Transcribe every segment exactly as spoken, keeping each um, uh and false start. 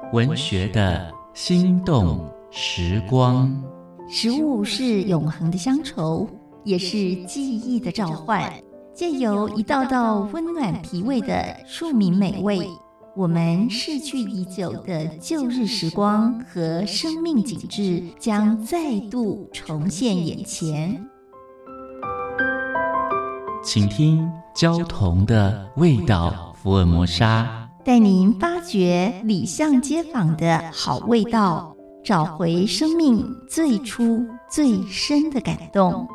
文学的心动时光。 食物是永恒的乡愁，也是记忆的召唤。借由一道道温暖脾胃的庶民美味，我们逝去已久的旧日时光和生命景致将再度重现眼前。 请听焦桐的味道福尔摩沙， 带您发掘里巷街坊的好味道，找回生命最初最深的感动。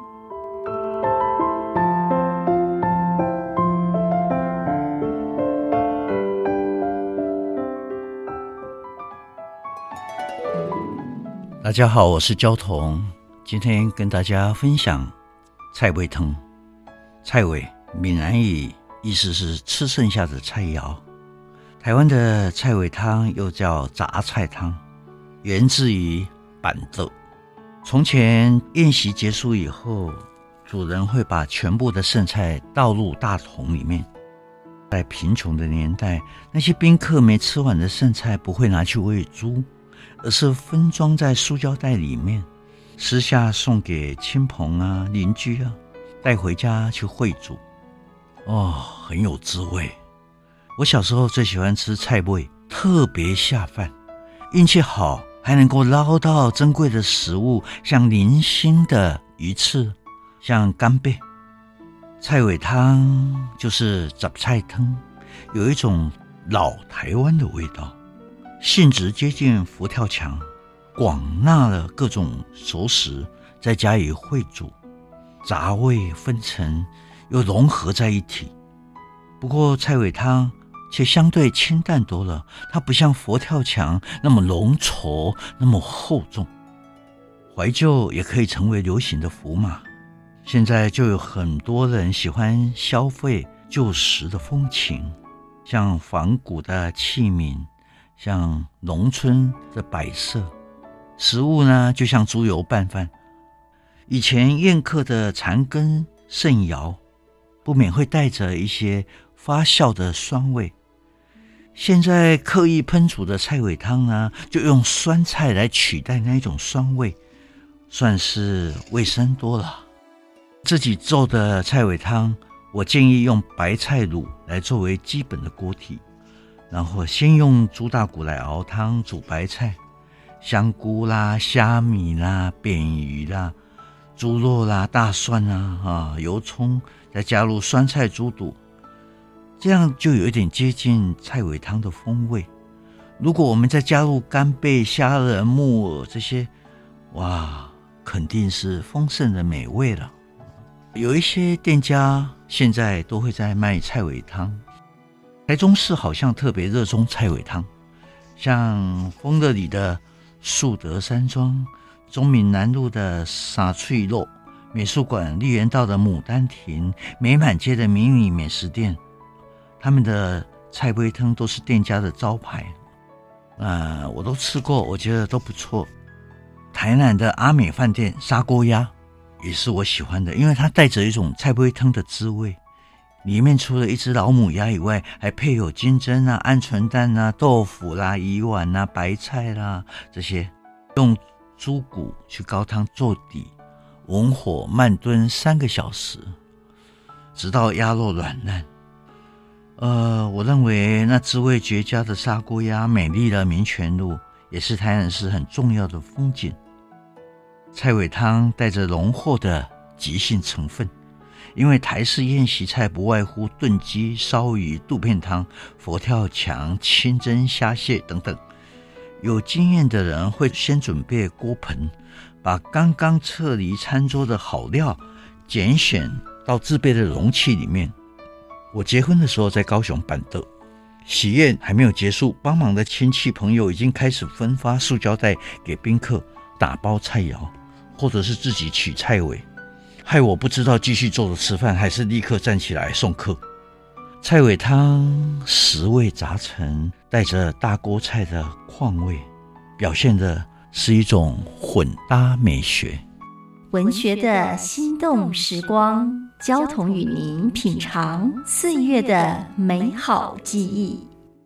大家好，我是焦桐，今天跟大家分享菜尾汤。菜尾，闽南语意思是吃剩下的菜肴。台湾的菜尾汤又叫杂菜汤，源自于板豆。从前宴席结束以后，主人会把全部的剩菜倒入大桶里面。在贫穷的年代，那些宾客没吃完的剩菜不会拿去喂猪，而是分装在塑胶袋里面，私下送给亲朋啊、邻居啊，带回家去烩煮。哦，很有滋味。我小时候最喜欢吃菜尾，特别下饭。运气好，还能够捞到珍贵的食物，像零星的鱼翅，像干贝。菜尾汤就是杂菜汤，有一种老台湾的味道，性质接近佛跳墙，广纳了各种熟食，再加以烩煮，杂味纷呈，又融合在一起。不过菜尾汤却相对清淡多了，它不像佛跳墙那么浓稠，那么厚重。怀旧也可以成为流行的符码，现在就有很多人喜欢消费旧时的风情，像仿古的器皿，像农村的摆设，食物呢就像猪油拌饭。以前宴客的残羹剩肴不免会带着一些发酵的酸味，现在刻意烹煮的菜尾汤呢，就用酸菜来取代那一种酸味，算是卫生多了。自己做的菜尾汤，我建议用白菜卤来作为基本的锅体，然后先用猪大骨来熬汤煮白菜，香菇啦、虾米啦、扁鱼啦、猪肉啦、大蒜啦、啊、油葱，再加入酸菜猪肚，这样就有一点接近菜尾汤的风味。如果我们再加入干贝、虾仁、木耳这些，哇，肯定是丰盛的美味了。有一些店家现在都会在卖菜尾汤，台中市好像特别热衷菜尾汤，像丰乐里的树德山庄、中闽南路的沙脆肉、美术馆丽园道的牡丹亭、美满街的迷你美食店，他们的菜尾汤都是店家的招牌。呃，我都吃过，我觉得都不错。台南的阿美饭店砂锅鸭也是我喜欢的，因为它带着一种菜尾汤的滋味，里面除了一只老母鸭以外，还配有金针啊、鹌鹑蛋啊、豆腐啦、鱼丸啊、白菜啦，这些用猪骨去高汤做底，文火慢炖三个小时，直到鸭肉软烂。呃，我认为那滋味绝佳的砂锅鸭美丽的民权路，也是台南市很重要的风景。菜尾汤带着浓厚的即兴成分，因为台式宴席菜不外乎炖鸡、烧鱼、肚片汤、佛跳墙、清蒸虾蟹等等。有经验的人会先准备锅盆，把刚刚撤离餐桌的好料拣选到自备的容器里面。我结婚的时候在高雄板豆，喜宴还没有结束，帮忙的亲戚朋友已经开始分发塑胶袋给宾客打包菜肴，或者是自己取菜尾，害我不知道继续坐着吃饭还是立刻站起来送客。菜尾汤十味杂陈，带着大锅菜的况味，表现的是一种混搭美学。 文学的心动时光，焦桐与您品尝岁月的美好记忆。